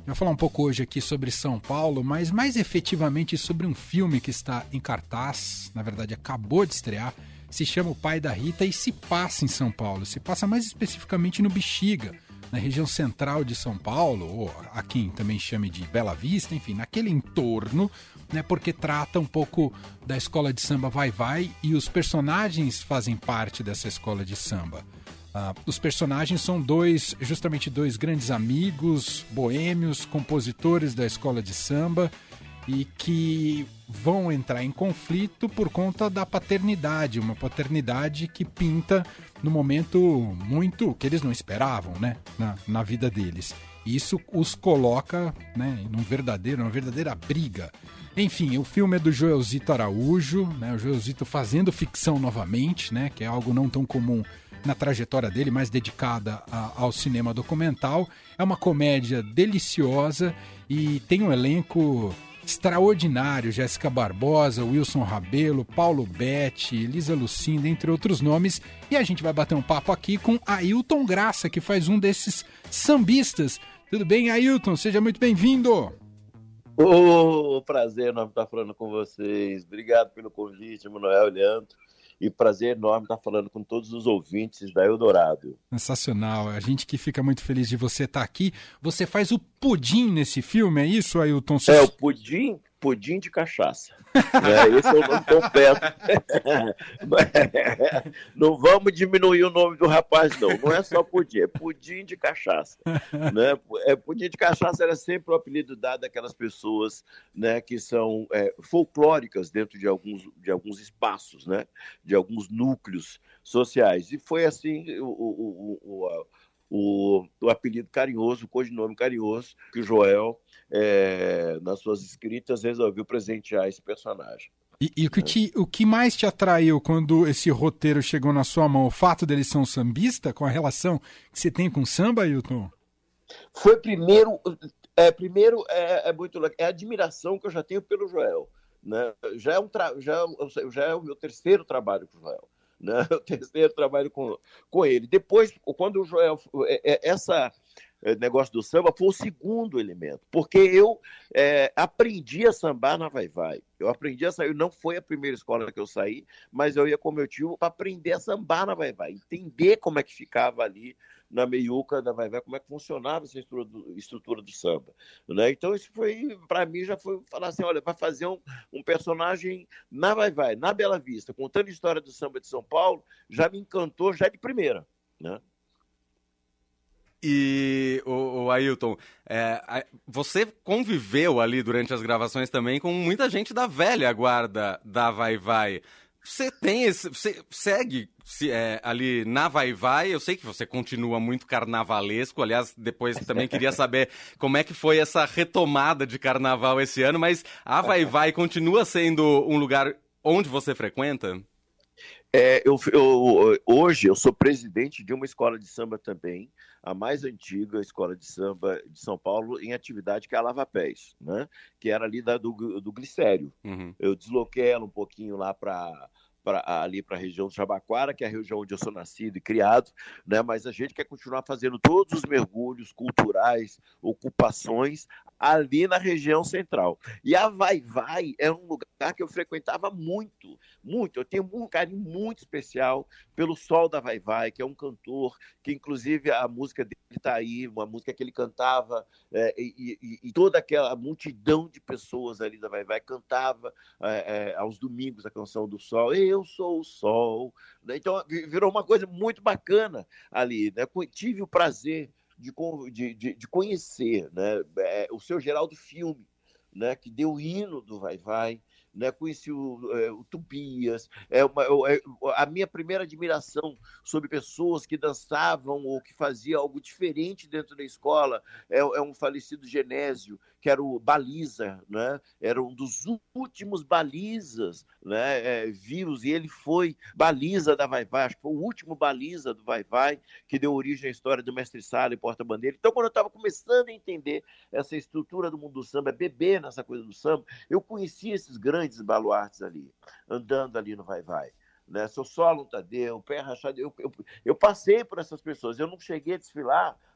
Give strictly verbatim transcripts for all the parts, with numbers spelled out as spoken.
Eu vou falar um pouco hoje aqui sobre São Paulo, mas mais efetivamente sobre um filme que está em cartaz, na verdade acabou de estrear, se chama O Pai da Rita e se passa em São Paulo, se passa mais especificamente no Bexiga, na região central de São Paulo, ou a quem também chame de Bela Vista, enfim, naquele entorno, né, porque trata um pouco da escola de samba Vai Vai e os personagens fazem parte dessa escola de samba. Uh, os personagens são dois, justamente dois grandes amigos, boêmios, compositores da escola de samba e que vão entrar em conflito por conta da paternidade, uma paternidade que pinta no momento muito que eles não esperavam, né, na, na vida deles. E isso os coloca, né, num verdadeiro, uma verdadeira briga. Enfim, o filme é do Joelzito Araújo, né, o Joelzito fazendo ficção novamente, né, que é algo não tão comum na trajetória dele, mais dedicada a, ao cinema documental. É uma comédia deliciosa e tem um elenco extraordinário: Jéssica Barbosa, Wilson Rabelo, Paulo Betti, Elisa Lucinda, entre outros nomes. E a gente vai bater um papo aqui com Ailton Graça, que faz um desses sambistas. Tudo bem, Ailton? Seja muito bem-vindo! Ô, oh, prazer enorme estar falando com vocês. Obrigado pelo convite, Manuel, Leandro. E prazer enorme estar falando com todos os ouvintes da Eldorado. Sensacional. A gente que fica muito feliz de você estar aqui. Você faz o pudim nesse filme, é isso, Ailton? É, o pudim, pudim de cachaça. É, esse é o nome completo. Não vamos diminuir o nome do rapaz, não. Não é só pudim, é pudim de cachaça. Né? É, pudim de cachaça era sempre o apelido dado àquelas pessoas, né, que são é, folclóricas dentro de alguns, de alguns espaços, né, de alguns núcleos sociais. E foi assim o, o, o, o, o, o apelido carinhoso, o codinome carinhoso que o Joel, é, nas suas escritas, resolveu presentear esse personagem. E, e o, que te, o que mais te atraiu quando esse roteiro chegou na sua mão? O fato deles ser um sambista, com a relação que você tem com samba, Ailton? Foi primeiro, é, primeiro é, é muito é a admiração que eu já tenho pelo Joel. Né? Já, é um tra... já, já é o meu terceiro trabalho com o Joel. Né? O terceiro trabalho com, com ele. Depois, quando o Joel... Essa... negócio do samba foi o segundo elemento, porque eu é, aprendi a sambar na Vai Vai. Eu aprendi a sair, não foi a primeira escola que eu saí, mas eu ia com meu tio para aprender a sambar na Vai Vai, entender como é que ficava ali na meiuca da Vai Vai, como é que funcionava essa estrutura do, estrutura do samba. Né? Então isso foi, para mim, já foi falar assim, olha, para fazer um, um personagem na Vai Vai, na Bela Vista, contando a história do samba de São Paulo, já me encantou já de primeira, né? E, o, o Ailton, é, você conviveu ali durante as gravações também com muita gente da velha guarda da Vai Vai. Você tem esse, você segue se, é, ali na Vai Vai? Eu sei que você continua muito carnavalesco. Aliás, depois também queria saber como é que foi essa retomada de carnaval esse ano. Mas a Vai Vai continua sendo um lugar onde você frequenta? É, eu, eu, hoje eu sou presidente de uma escola de samba também, a mais antiga escola de samba de São Paulo em atividade, que é a Lava Pés, né? Que era ali da, do, do Glicério. Uhum. Eu desloquei ela um pouquinho lá para... Pra, ali para a região do Jabaquara, que é a região onde eu sou nascido e criado, né? Mas a gente quer continuar fazendo todos os mergulhos culturais, ocupações ali na região central. E a Vai Vai é um lugar que eu frequentava muito, muito. Eu tenho um carinho muito especial pelo Sol da Vai Vai, que é um cantor que, inclusive, a música dele está aí, uma música que ele cantava, é, e, e, e toda aquela multidão de pessoas ali da Vai Vai cantava é, é, aos domingos a canção do Sol. Eu sou o sol. Então, virou uma coisa muito bacana ali. Né? Tive o prazer de, de, de conhecer, né? O seu Geraldo Filme, né? Que deu o hino do Vai Vai. Né? Conheci o, é, o Tobias. É uma, é, a minha primeira admiração sobre pessoas que dançavam ou que faziam algo diferente dentro da escola é, é um falecido Genésio, que era o baliza, né? Era um dos últimos balizas, né? É, vivos, e ele foi baliza da Vai Vai, acho que foi o último baliza do Vai Vai, que deu origem à história do Mestre Sala e Porta-Bandeira. Então, quando eu estava começando a entender essa estrutura do mundo do samba, beber nessa coisa do samba, eu conheci esses grandes baluartes ali, andando ali no Vai Vai. Né? Seu Solon Tadeu, Pé Rachado, eu, eu, eu passei por essas pessoas, eu não cheguei a desfilar,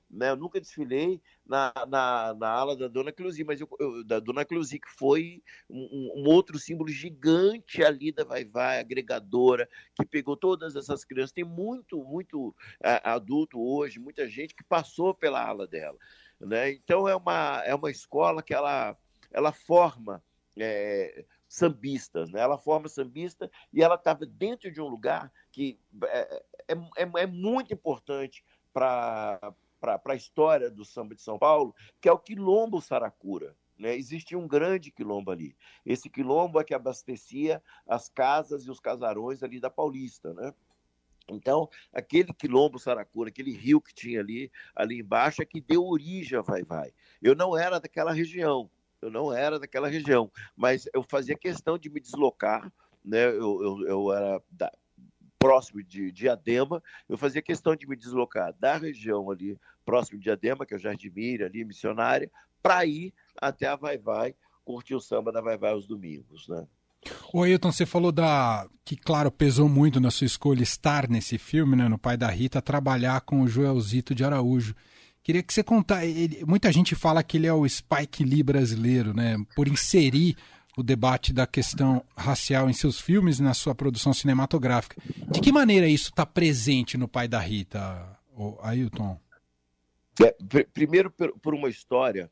né? Eu nunca desfilei na, na, na ala da Dona Cleusi, mas eu, eu, da Dona Cleusi, que foi um, um outro símbolo gigante ali da Vai-Vai, agregadora, que pegou todas essas crianças. Tem muito, muito é, adulto hoje, muita gente que passou pela ala dela, né? Então é uma, é uma escola que ela, ela forma é, sambistas, né? Ela forma sambista e ela estava dentro de um lugar que é, é, é muito importante para para a história do samba de São Paulo, que é o Quilombo Saracura. Né? Existia um grande quilombo ali. Esse quilombo é que abastecia as casas e os casarões ali da Paulista, né? Então, aquele quilombo Saracura, aquele rio que tinha ali, ali embaixo, é que deu origem a Vai-Vai. Eu não era daquela região, eu não era daquela região, mas eu fazia questão de me deslocar, né? eu, eu, eu era da, próximo de Diadema, eu fazia questão de me deslocar da região ali, próximo de Diadema, que é o Jardim Mira, ali, Missionária, para ir até a Vai-Vai, curtir o samba da Vai-Vai aos domingos, né? Ô Ailton, você falou da que, claro, pesou muito na sua escolha estar nesse filme, né, no Pai da Rita, trabalhar com o Joelzito de Araújo. Queria que você contasse, muita gente fala que ele é o Spike Lee brasileiro, né, por inserir o debate da questão racial em seus filmes e na sua produção cinematográfica. De que maneira isso está presente no Pai da Rita, Ailton? É, pr- primeiro, por, por uma história,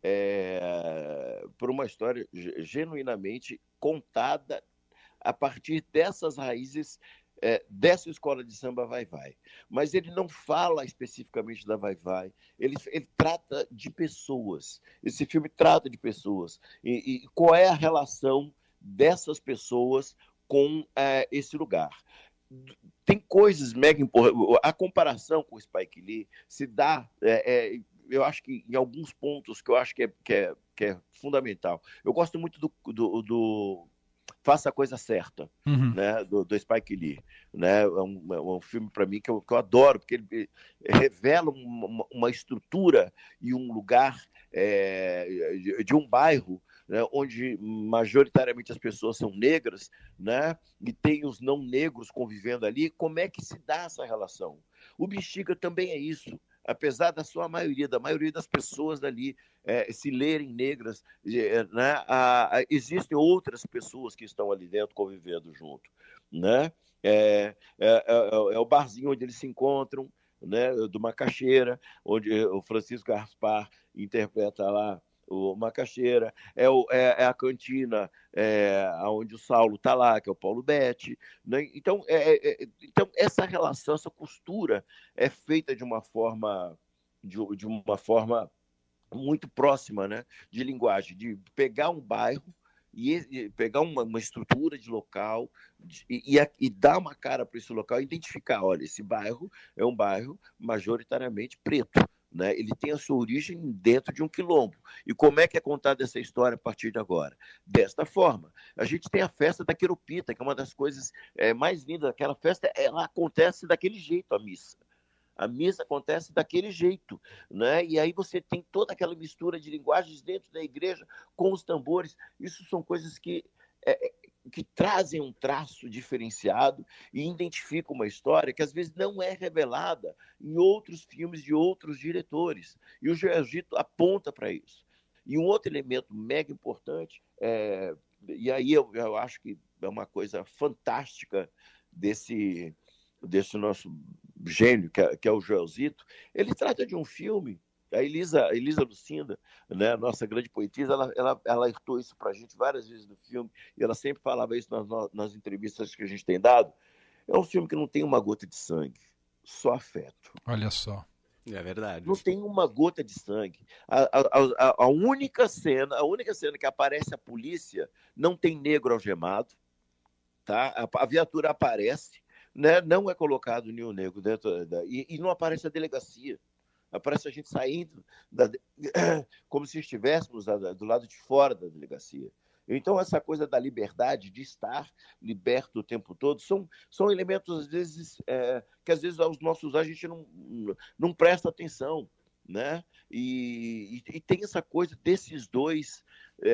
é, por uma história genuinamente contada a partir dessas raízes, é, dessa escola de samba Vai-Vai. Mas ele não fala especificamente da Vai-Vai, ele, ele trata de pessoas. Esse filme trata de pessoas. E, e qual é a relação dessas pessoas com é, esse lugar? Tem coisas mega importantes. A comparação com o Spike Lee se dá, é, é, eu acho que em alguns pontos que eu acho que é, que é, que é fundamental. Eu gosto muito do, do, do Faça a Coisa Certa, uhum. né, do, do Spike Lee. Né? É, um, é um filme, para mim, que eu, que eu adoro, porque ele revela uma, uma estrutura e um lugar é, de, de um bairro, né, onde majoritariamente as pessoas são negras, né, e tem os não negros convivendo ali. Como é que se dá essa relação? O Bexiga também é isso. Apesar da sua maioria, da maioria das pessoas dali é, se lerem negras, é, né, a, a, existem outras pessoas que estão ali dentro convivendo junto. Né? É, é, é, é o barzinho onde eles se encontram, né, do Macaxeira, onde o Francisco Gaspar interpreta lá o Macaxeira, é, o, é, é a cantina é, onde o Saulo está lá, que é o Paulo Betti. Né? Então, é, é, então, essa relação, essa costura é feita de uma forma, de, de uma forma muito próxima, né? De linguagem, de pegar um bairro e, e pegar uma, uma estrutura de local e, e, e dar uma cara para esse local e identificar, olha, esse bairro é um bairro majoritariamente preto. Né? Ele tem a sua origem dentro de um quilombo. E como é que é contada essa história a partir de agora? Desta forma. A gente tem a festa da Queropita, que é uma das coisas é, mais lindas daquela festa. Ela acontece daquele jeito, a missa. A missa acontece daquele jeito. Né? E aí você tem toda aquela mistura de linguagens dentro da igreja com os tambores. Isso são coisas que... É, que trazem um traço diferenciado e identificam uma história que às vezes não é revelada em outros filmes de outros diretores. E o Joelzito aponta para isso. E um outro elemento mega importante, é, e aí eu, eu acho que é uma coisa fantástica desse, desse nosso gênio, que é, que é o Joelzito, ele trata de um filme. A Elisa, a Elisa Lucinda, né, a nossa grande poetisa, ela, ela, ela alertou isso para a gente várias vezes no filme, e ela sempre falava isso nas, nas entrevistas que a gente tem dado. É um filme que não tem uma gota de sangue, só afeto. Olha só. É verdade. Não tem uma gota de sangue. A, a, a, a única cena, a única cena que aparece a polícia, não tem negro algemado, tá? A, a viatura aparece, né, não é colocado nenhum negro dentro da, e, e não aparece a delegacia. Aparece a gente saindo da, como se estivéssemos do lado de fora da delegacia. Então, essa coisa da liberdade, de estar liberto o tempo todo, são, são elementos, às vezes, é, que às vezes aos nossos olhos a gente não, não presta atenção. Né? E, e, e tem essa coisa desses dois,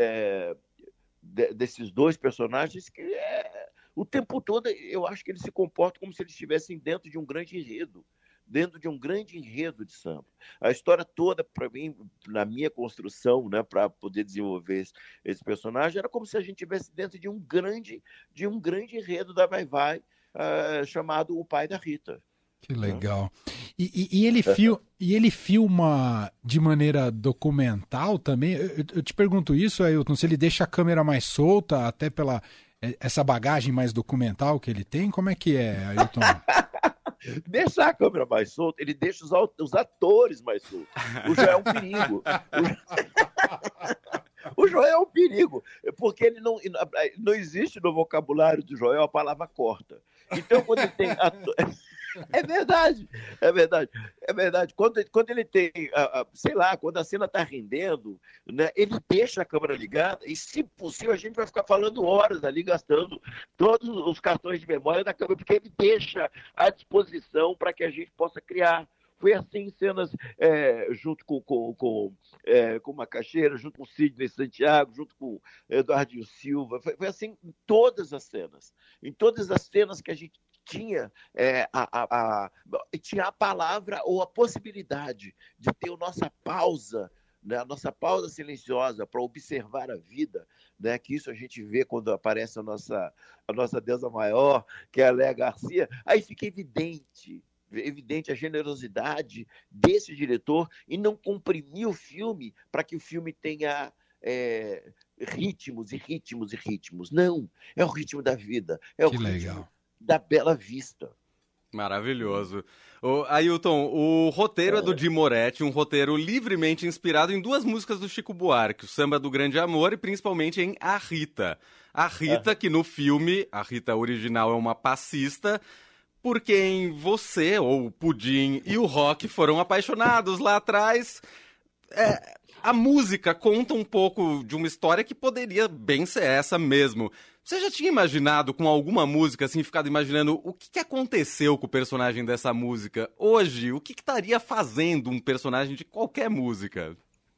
é, de, desses dois personagens que é, o tempo todo eu acho que eles se comportam como se eles estivessem dentro de um grande enredo. dentro de um grande enredo de samba. A história toda, para mim, na minha construção, né, para poder desenvolver esse, esse personagem, era como se a gente estivesse dentro de um grande, de um grande enredo da Vai-Vai, uh, chamado O Pai da Rita. Que legal. E, e, e, ele fil, e ele filma de maneira documental também? Eu, eu te pergunto isso, Ailton, se ele deixa a câmera mais solta, até pela essa bagagem mais documental que ele tem? Como é que é, Ailton? Deixar a câmera mais solta, ele deixa os, os atores mais soltos. O Joel é um perigo. O Joel é um perigo, porque ele não, não existe no vocabulário do Joel a palavra corta. Então, quando ele tem ator... É verdade, é verdade, é verdade. Quando, quando ele tem, uh, uh, sei lá, quando a cena está rendendo, né, ele deixa a câmera ligada e, se possível, a gente vai ficar falando horas ali, gastando todos os cartões de memória da câmera, porque ele deixa à disposição para que a gente possa criar. Foi assim em cenas é, junto com, com, com, é, com Macaxeira, junto com Sidney Santiago, junto com Eduardinho Silva. Foi, foi assim em todas as cenas. Em todas as cenas que a gente tinha, é, a, a, a, tinha a palavra ou a possibilidade de ter a nossa pausa, né, a nossa pausa silenciosa para observar a vida, né, que isso a gente vê quando aparece a nossa, a nossa deusa maior, que é a Léa Garcia, aí fica evidente, evidente a generosidade desse diretor em não comprimir o filme para que o filme tenha é, ritmos e ritmos e ritmos. Não, é o ritmo da vida, é o que ritmo legal. Da Bela Vista. Maravilhoso. O Ailton, o roteiro é, é do Di Moretti, um roteiro livremente inspirado em duas músicas do Chico Buarque, o Samba do Grande Amor e principalmente em A Rita. A Rita, é. que no filme, a Rita original é uma passista, por quem você, ou o Pudim e o Rock foram apaixonados lá atrás. É, a música conta um pouco de uma história que poderia bem ser essa mesmo. Você já tinha imaginado com alguma música, assim, ficado imaginando o que, que aconteceu com o personagem dessa música? Hoje, o que, que estaria fazendo um personagem de qualquer música?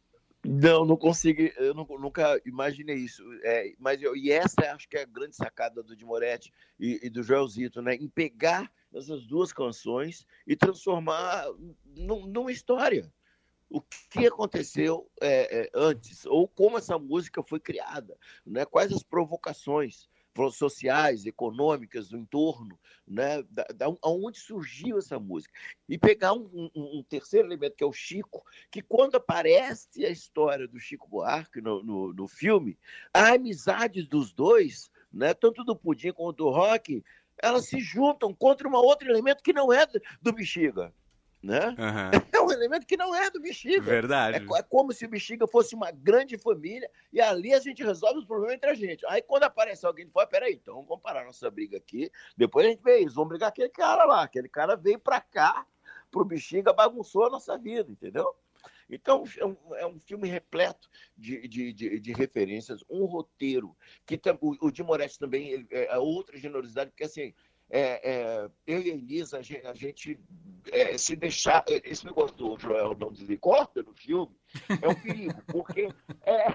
Não, não consigo, eu não, nunca imaginei isso. É, mas eu, e essa acho que é a grande sacada do Di Moretti e, e do Joelzito, né? Em pegar essas duas canções e transformar num, numa história. O que aconteceu é, é, antes, ou como essa música foi criada, né? Quais as provocações sociais, econômicas do entorno, né? da, da, onde surgiu essa música. E pegar um, um, um terceiro elemento, que é o Chico, que quando aparece a história do Chico Buarque no, no, no filme, a amizade dos dois, né? Tanto do Pudim quanto do Rock, elas se juntam contra um outro elemento que não é do Bexiga. Né? Uhum. É um elemento que não é do Bexiga. Verdade. É, é como se o Bexiga fosse uma grande família e ali a gente resolve os problemas entre a gente. Aí quando aparece alguém de fora, peraí, então vamos comparar nossa briga aqui, depois a gente vê isso, vamos brigar com aquele cara lá, aquele cara veio pra cá, pro Bexiga, bagunçou a nossa vida, entendeu? Então é um, é um filme repleto de, de, de, de referências, um roteiro, que o, o Di Moretti também ele, é outra generosidade, porque assim, É, é, eu e a Elisa, a gente, a gente é, se deixar. Esse negócio do Joel não dizer corta no filme é um perigo, porque é,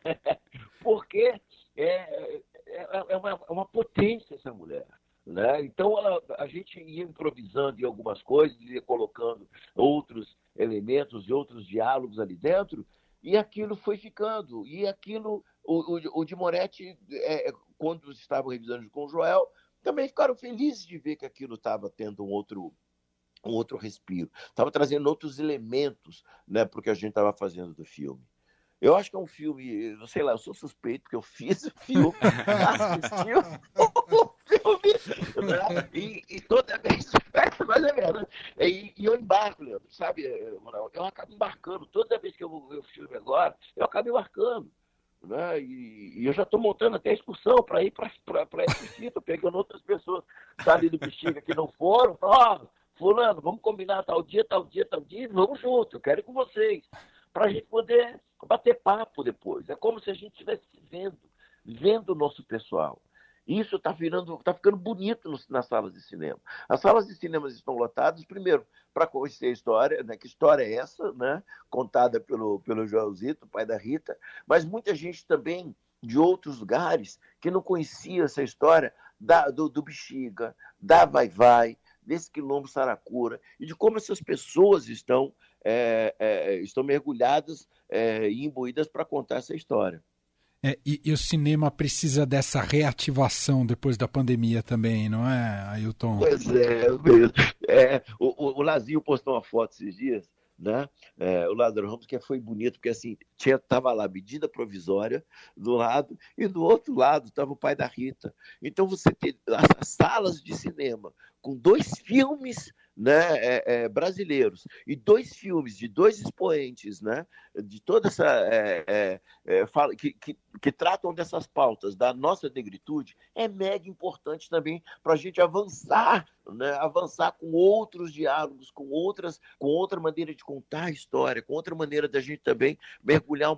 porque é, é, é, uma, é uma potência essa mulher. Né? Então ela, a gente ia improvisando em algumas coisas, ia colocando outros elementos e outros diálogos ali dentro, e aquilo foi ficando. E aquilo, o, o, o Di Moretti, é, quando estavam revisando com o Joel, também ficaram felizes de ver que aquilo estava tendo um outro, um outro respiro. Estava trazendo outros elementos, né, para o que a gente estava fazendo do filme. Eu acho que é um filme, sei lá, eu sou suspeito porque eu fiz o filme, assisti o filme, né? e, e toda vez, mas é verdade, e, e eu embarco, Leandro, sabe, eu acabo embarcando, toda vez que eu vou ver o filme agora, eu acabo embarcando. Né? E, e eu já estou montando até a excursão para ir para esse sítio, pegando outras pessoas ali do Bexiga que não foram, ó, oh, fulano, vamos combinar tal dia, tal dia, tal dia, vamos junto, eu quero ir com vocês, para a gente poder bater papo depois. É como se a gente estivesse vendo, vendo o nosso pessoal. Isso está virando, está ficando bonito no, nas salas de cinema. As salas de cinema estão lotadas, primeiro, para conhecer a história, né? Que história é essa, né? Contada pelo, pelo Joelzito, pai da Rita, mas muita gente também de outros lugares que não conhecia essa história da, do, do Bexiga, da Vai-Vai, desse quilombo Saracura e de como essas pessoas estão, é, é, estão mergulhadas é, e imbuídas para contar essa história. É, e, e o cinema precisa dessa reativação depois da pandemia também, não é, Ailton? Pois é, mesmo. É, o, o, o Lazinho postou uma foto esses dias, né? É, o Lázaro Ramos, que foi bonito, porque assim, tinha, tava lá medida provisória do lado, e do outro lado estava o pai da Rita. Então você tem as salas de cinema com dois filmes, né, é, é, brasileiros e dois filmes de dois expoentes, né, de toda essa é, é, é, fala, que, que, que tratam dessas pautas da nossa negritude, é mega importante também para a gente avançar, né, avançar com outros diálogos, com outras, com outra maneira de contar a história, com outra maneira da gente também mergulhar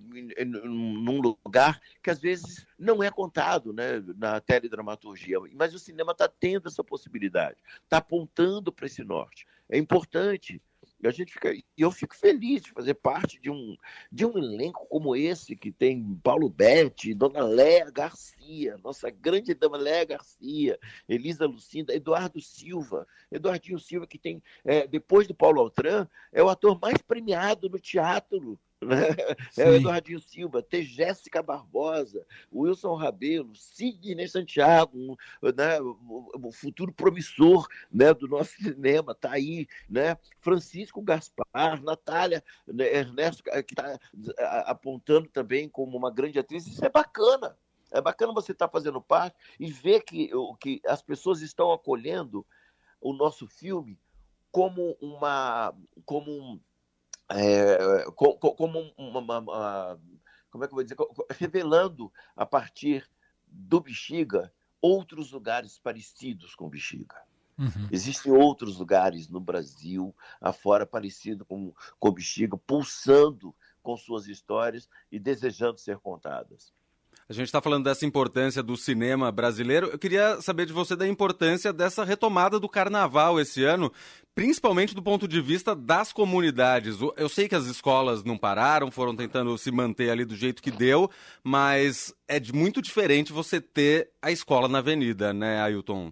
num lugar que às vezes não é contado, né, na teledramaturgia, mas o cinema está tendo essa possibilidade, está apontando para esse norte. É importante. A gente fica, e eu fico feliz de fazer parte de um, de um elenco como esse, que tem Paulo Betti, Dona Léa Garcia, nossa grande dama Léa Garcia, Elisa Lucinda, Eduardo Silva. Eduardinho Silva, que tem, é, depois do Paulo Altran, é o ator mais premiado no teatro, né? É o Eduardinho Silva, tem Jéssica Barbosa, Wilson Rabelo, Sidney Santiago, né? O futuro promissor, né, do nosso cinema, está aí, né? Francisco Gaspar, Natália, né? Ernesto, que está apontando também como uma grande atriz. Isso é bacana, é bacana você estar tá fazendo parte e ver que, que as pessoas estão acolhendo o nosso filme como uma, como um É, como uma, uma, uma, como é que eu vou dizer, revelando a partir do Bexiga outros lugares parecidos com Bexiga. Uhum. Existem outros lugares no Brasil, afora, parecido com, com Bexiga, pulsando com suas histórias e desejando ser contadas. A gente está falando dessa importância do cinema brasileiro. Eu queria saber de você da importância dessa retomada do carnaval esse ano, principalmente do ponto de vista das comunidades. Eu sei que as escolas não pararam, foram tentando se manter ali do jeito que deu, mas é muito diferente você ter a escola na avenida, né, Ailton?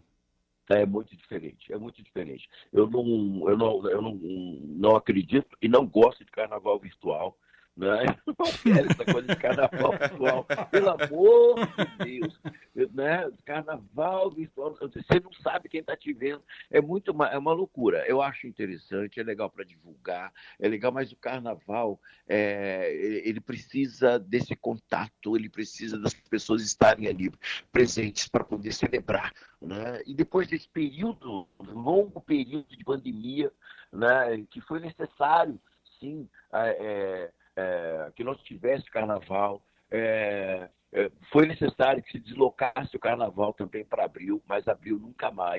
É muito diferente, é muito diferente. Eu não, eu não, eu não, não acredito e não gosto de carnaval virtual. Né? Eu não quero essa coisa de carnaval virtual, pelo amor de Deus, né? Carnaval virtual, você não sabe quem está te vendo, é muito uma, é uma loucura. Eu acho interessante, é legal para divulgar, é legal, mas o carnaval é, ele precisa desse contato, ele precisa das pessoas estarem ali presentes para poder celebrar, né? E depois desse período, longo período de pandemia, né, que foi necessário, sim, é, É, que não tivesse carnaval, é, é, foi necessário que se deslocasse o carnaval também para abril, mas abril nunca mais,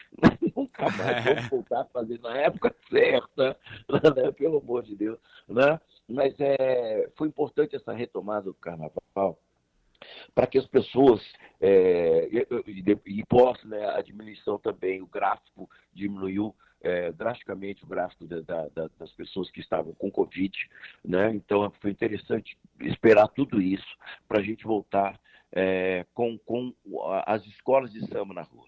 nunca mais, vamos voltar a fazer na época certa, né? Pelo amor de Deus, né? Mas é, foi importante essa retomada do carnaval para que as pessoas, é, e, e possa, né, a diminuição também, o gráfico diminuiu É, drasticamente o gráfico da, da, das pessoas que estavam com Covid, né? Então foi interessante esperar tudo isso para a gente voltar é, com, com as escolas de samba na rua.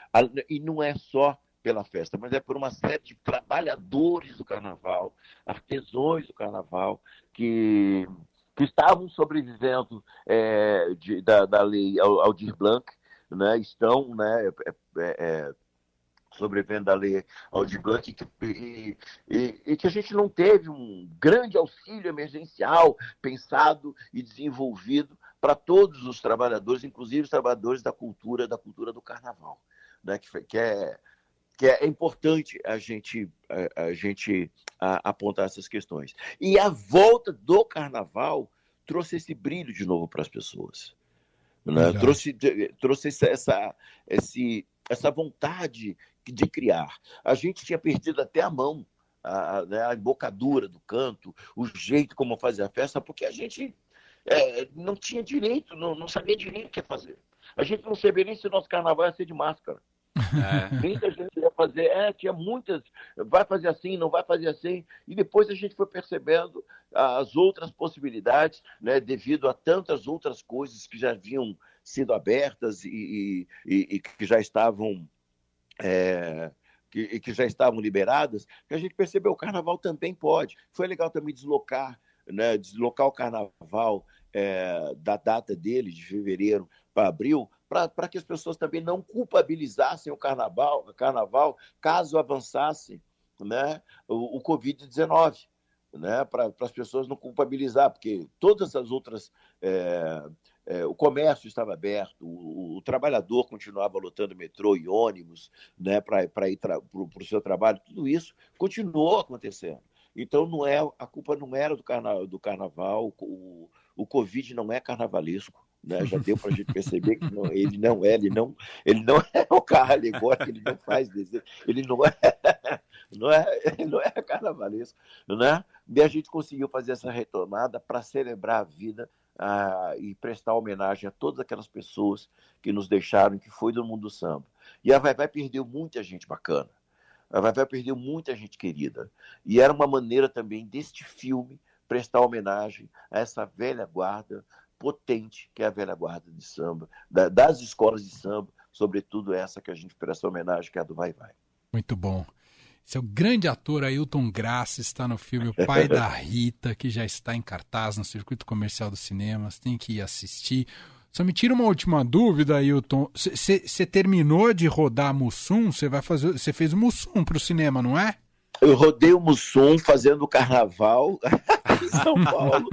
E não é só pela festa, mas é por uma série de trabalhadores do carnaval, artesãos do carnaval, que, que estavam sobrevivendo é, de, da, da lei Aldir Blanc, né? Estão, né, é, é, sobrevivendo à lei Aldir Blanc, e, e, e que a gente não teve um grande auxílio emergencial pensado e desenvolvido para todos os trabalhadores, inclusive os trabalhadores da cultura, da cultura do carnaval, né? que, que, é, que é importante a gente, a, a gente a, apontar essas questões. E a volta do carnaval trouxe esse brilho de novo para as pessoas, né? trouxe, trouxe essa, essa, esse, essa vontade de criar. A gente tinha perdido até a mão, a, né, a embocadura do canto, o jeito como fazer a festa, porque a gente é, não tinha direito, não, não sabia direito o que fazer. A gente não sabia nem se o nosso carnaval ia ser de máscara. É. Muita gente ia fazer, é, tinha muitas, vai fazer assim, não vai fazer assim, e depois a gente foi percebendo as outras possibilidades, né, devido a tantas outras coisas que já haviam sido abertas e, e, e que já estavam É, que, que já estavam liberadas, que a gente percebeu que o carnaval também pode. Foi legal também deslocar, né, deslocar o carnaval é, da data dele, de fevereiro para abril, para que as pessoas também não culpabilizassem o carnaval, o carnaval caso avançasse, né, o, o covid dezenove. Né, para as pessoas não culpabilizar, porque todas as outras... É, é, o comércio estava aberto, o, o trabalhador continuava lotando metrô e ônibus, né, para ir para o seu trabalho, tudo isso continuou acontecendo. Então, não é, a culpa não era do, carna, do carnaval, o, o Covid não é carnavalesco. Né? Já deu para a gente perceber que não, ele não é, ele não, ele não é o carro alegórico, ele não faz desenho, ele não é, não é, ele não é carnavalesco, né? E a gente conseguiu fazer essa retomada para celebrar a vida ah, e prestar homenagem a todas aquelas pessoas que nos deixaram, que foi do mundo do samba. E a Vai-Vai perdeu muita gente bacana, a Vai-Vai perdeu muita gente querida, e era uma maneira também deste filme prestar homenagem a essa velha guarda potente, que é a velha guarda de samba, da, das escolas de samba, sobretudo essa que a gente presta homenagem, que é a do Vai-Vai. Muito bom. Esse é o grande ator Ailton Graça, está no filme O Pai da Rita, que já está em cartaz no circuito comercial dos cinemas, tem que ir assistir. Só me tira uma última dúvida, Ailton. Você terminou de rodar Mussum? Você vai fazer, você fez o Mussum para o cinema, não é? Eu rodei o Mussum fazendo o carnaval em São Paulo.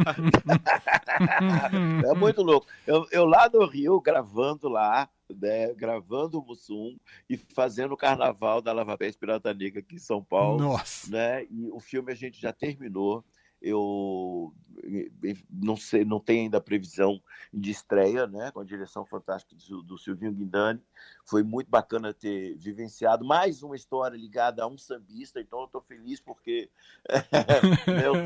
É muito louco. Eu, eu lá no Rio, gravando lá, né, gravando o Mussum e fazendo o carnaval da Lava Pés Pirata Negra aqui em São Paulo. Nossa! Né, e o filme a gente já terminou. Eu não sei, não tem ainda a previsão de estreia, né, com a direção fantástica do, do Silvinho Guindani. Foi muito bacana ter vivenciado mais uma história ligada a um sambista, então eu estou feliz porque é, eu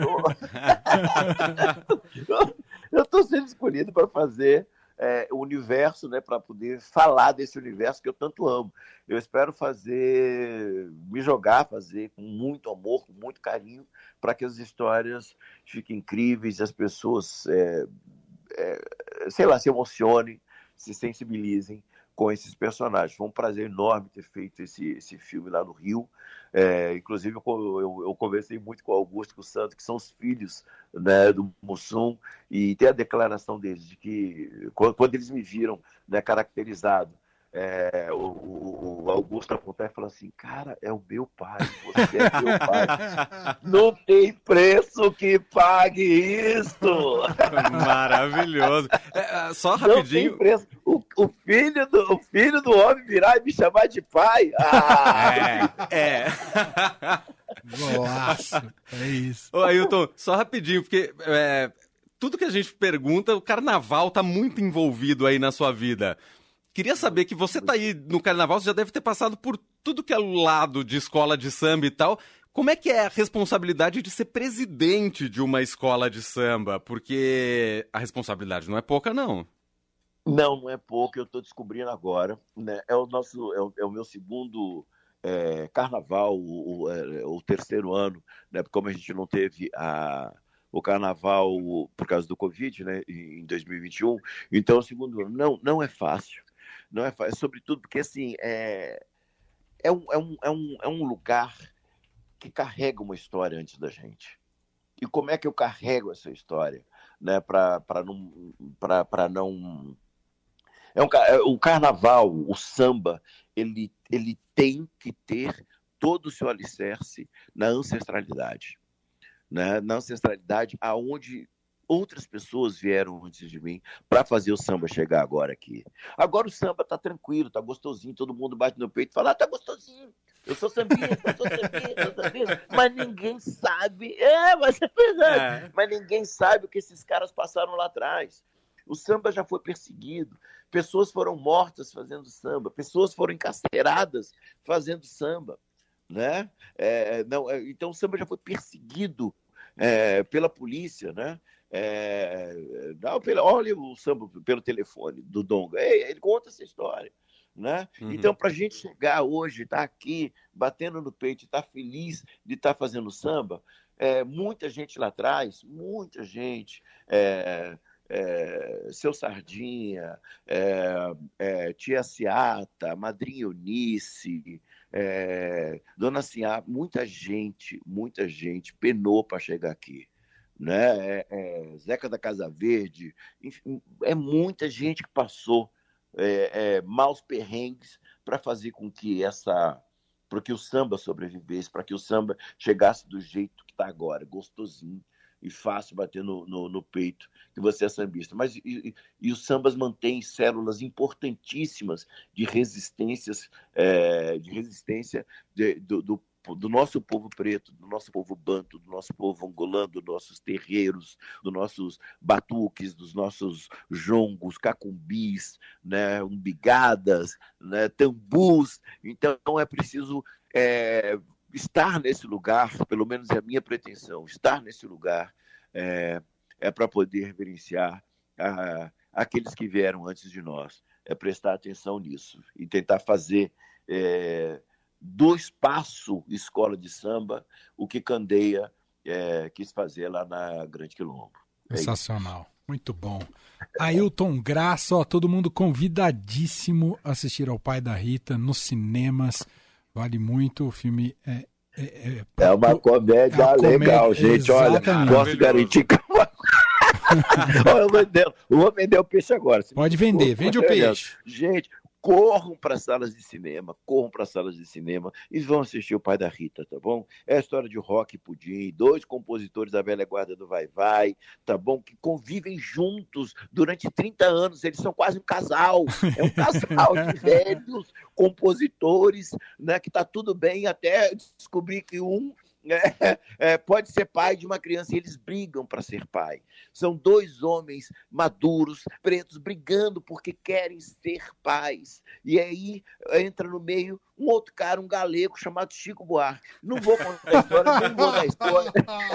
eu estou sendo escolhido para fazer é, o universo, né, para poder falar desse universo que eu tanto amo. Eu espero fazer, me jogar, fazer com muito amor, com muito carinho, para que as histórias fiquem incríveis, as pessoas, é, é, sei lá, se emocionem, se sensibilizem com esses personagens. Foi um prazer enorme ter feito esse, esse filme lá no Rio. É, inclusive, eu, eu, eu conversei muito com o Augusto e com o Santo, que são os filhos, né, do Mussum, e tem a declaração deles, de que quando, quando eles me viram, né, caracterizado, É, o, o, o Augusto apontar e falar assim: cara, é o meu pai, você é meu pai. Não tem preço que pague isso. Maravilhoso. É, só rapidinho. Não tem preço. O, o, filho do, o filho do homem virar e me chamar de pai. Ah! É, é. Nossa, é isso. Ô, Ailton, só rapidinho, porque é, tudo que a gente pergunta, o carnaval tá muito envolvido aí na sua vida. Queria saber que você tá aí no carnaval, você já deve ter passado por tudo que é o lado de escola de samba e tal. Como é que é a responsabilidade de ser presidente de uma escola de samba? Porque a responsabilidade não é pouca, não. Não, não é pouca, eu estou descobrindo agora. Né? É, o nosso, é, o, é o meu segundo é, carnaval, o, o, é, o terceiro ano, né? Como a gente não teve a... o carnaval por causa do Covid, né, em dois mil e vinte e um, então o segundo ano. Não, não é fácil. Não é fácil, sobretudo porque assim, é, é, um, é, um, é, um, é um lugar que carrega uma história antes da gente. E como é que eu carrego essa história? Né, para não, para não... É um, o carnaval, o samba, ele, ele tem que ter todo o seu alicerce na ancestralidade. Né, na ancestralidade, aonde outras pessoas vieram antes de mim para fazer o samba chegar agora aqui. Agora o samba tá tranquilo, tá gostosinho, todo mundo bate no peito e fala: ah, tá gostosinho, eu sou sambista, eu sou sambista, eu sou sambista, mas ninguém sabe, é, mas é verdade, é. Mas ninguém sabe o que esses caras passaram lá atrás. O samba já foi perseguido, pessoas foram mortas fazendo samba, pessoas foram encarceradas fazendo samba. Né? É, não, é, então o samba já foi perseguido é, pela polícia, né? É, não, pela, olha o samba pelo telefone do Donga, Ei, ele conta essa história, né? Uhum. Então, para a gente chegar hoje, estar tá aqui batendo no peito, estar tá feliz de estar tá fazendo samba, é, muita gente lá atrás, muita gente, é, é, Seu Sardinha, é, é, Tia Ciata, Madrinha Eunice, É, Dona Sinhá, muita gente, muita gente penou para chegar aqui. Né? É, é, Zeca da Casa Verde, enfim, é muita gente que passou é, é, maus perrengues para fazer com que essa, para que o samba sobrevivesse, para que o samba chegasse do jeito que está agora, gostosinho e fácil, bater no, no, no peito que você é sambista. Mas e, e, e os sambas mantêm células importantíssimas de resistências, é, de resistência de, do, do do nosso povo preto, do nosso povo banto, do nosso povo angolano, dos nossos terreiros, dos nossos batuques, dos nossos jongos, cacumbis, né, umbigadas, né, tambus. Então é preciso é, estar nesse lugar, pelo menos é a minha pretensão, estar nesse lugar é, é para poder reverenciar a, aqueles que vieram antes de nós, é prestar atenção nisso e tentar fazer é, do espaço Escola de Samba o que Candeia é, quis fazer lá na Grande Quilombo. É sensacional, isso. Muito bom. Ailton Graça, ó, todo mundo convidadíssimo a assistir ao Pai da Rita nos cinemas, vale muito, o filme é... É, é, é uma comédia é legal, comédia, gente, exatamente. Olha, posso garantir que... eu, vou vender, eu vou vender o peixe agora. Pode vender, for, vende o peixe. Gente, corram para as salas de cinema, corram para as salas de cinema e vão assistir o Pai da Rita, tá bom? É a história de Rock e Pudim, dois compositores da velha guarda do Vai Vai, tá bom? Que convivem juntos durante trinta anos, eles são quase um casal, é um casal de velhos compositores, né? Que tá tudo bem até descobrir que um É, é, pode ser pai de uma criança e eles brigam para ser pai. São dois homens maduros, pretos, brigando porque querem ser pais. E aí entra no meio um outro cara, um galego chamado Chico Buarque. Não vou contar a história, não vou dar spoiler.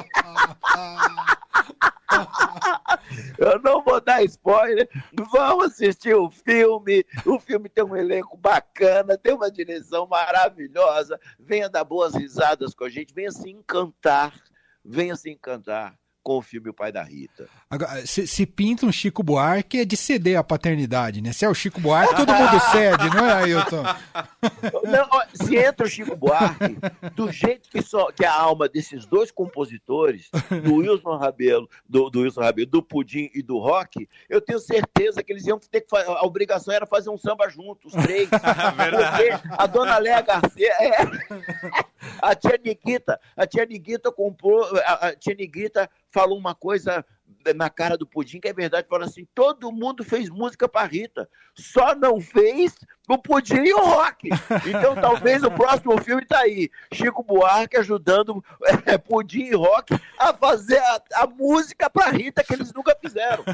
Eu não vou dar spoiler. Vão assistir o filme. O filme tem um elenco bacana, tem uma direção maravilhosa. Venha dar boas risadas com a gente, venha se encantar, venha se encantar com o filme O Pai da Rita. Agora, se, se pinta um Chico Buarque é de ceder a paternidade, né? Se é o Chico Buarque, todo mundo cede, não é, Ailton? Não, se entra o Chico Buarque, do jeito que, só, que a alma desses dois compositores, do Wilson Rabelo, do, do Wilson Rabelo, do Pudim e do Rock, eu tenho certeza que eles iam ter que fazer, a obrigação era fazer um samba juntos, os três. Porque a dona Léa Garcia, é, a tia Niguita, a tia Niguita comprou, a, a tia Niguita falou uma coisa na cara do Pudim, que é verdade, falou assim, todo mundo fez música pra Rita, só não fez o Pudim e o Rock. Então talvez o próximo filme tá aí, Chico Buarque ajudando é, Pudim e Rock a fazer a, a música pra Rita que eles nunca fizeram.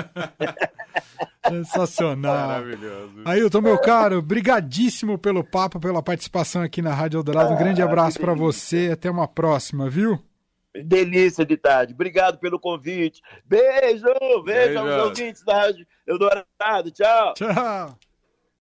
Sensacional. Maravilhoso. Ailton, meu caro, brigadíssimo pelo papo, pela participação aqui na Rádio Eldorado, um grande abraço pra você, até uma próxima, viu? Delícia de tarde. Obrigado pelo convite. Beijo, beijo, beijo. Aos ouvintes da Rádio Eldorado. Tchau. Tchau.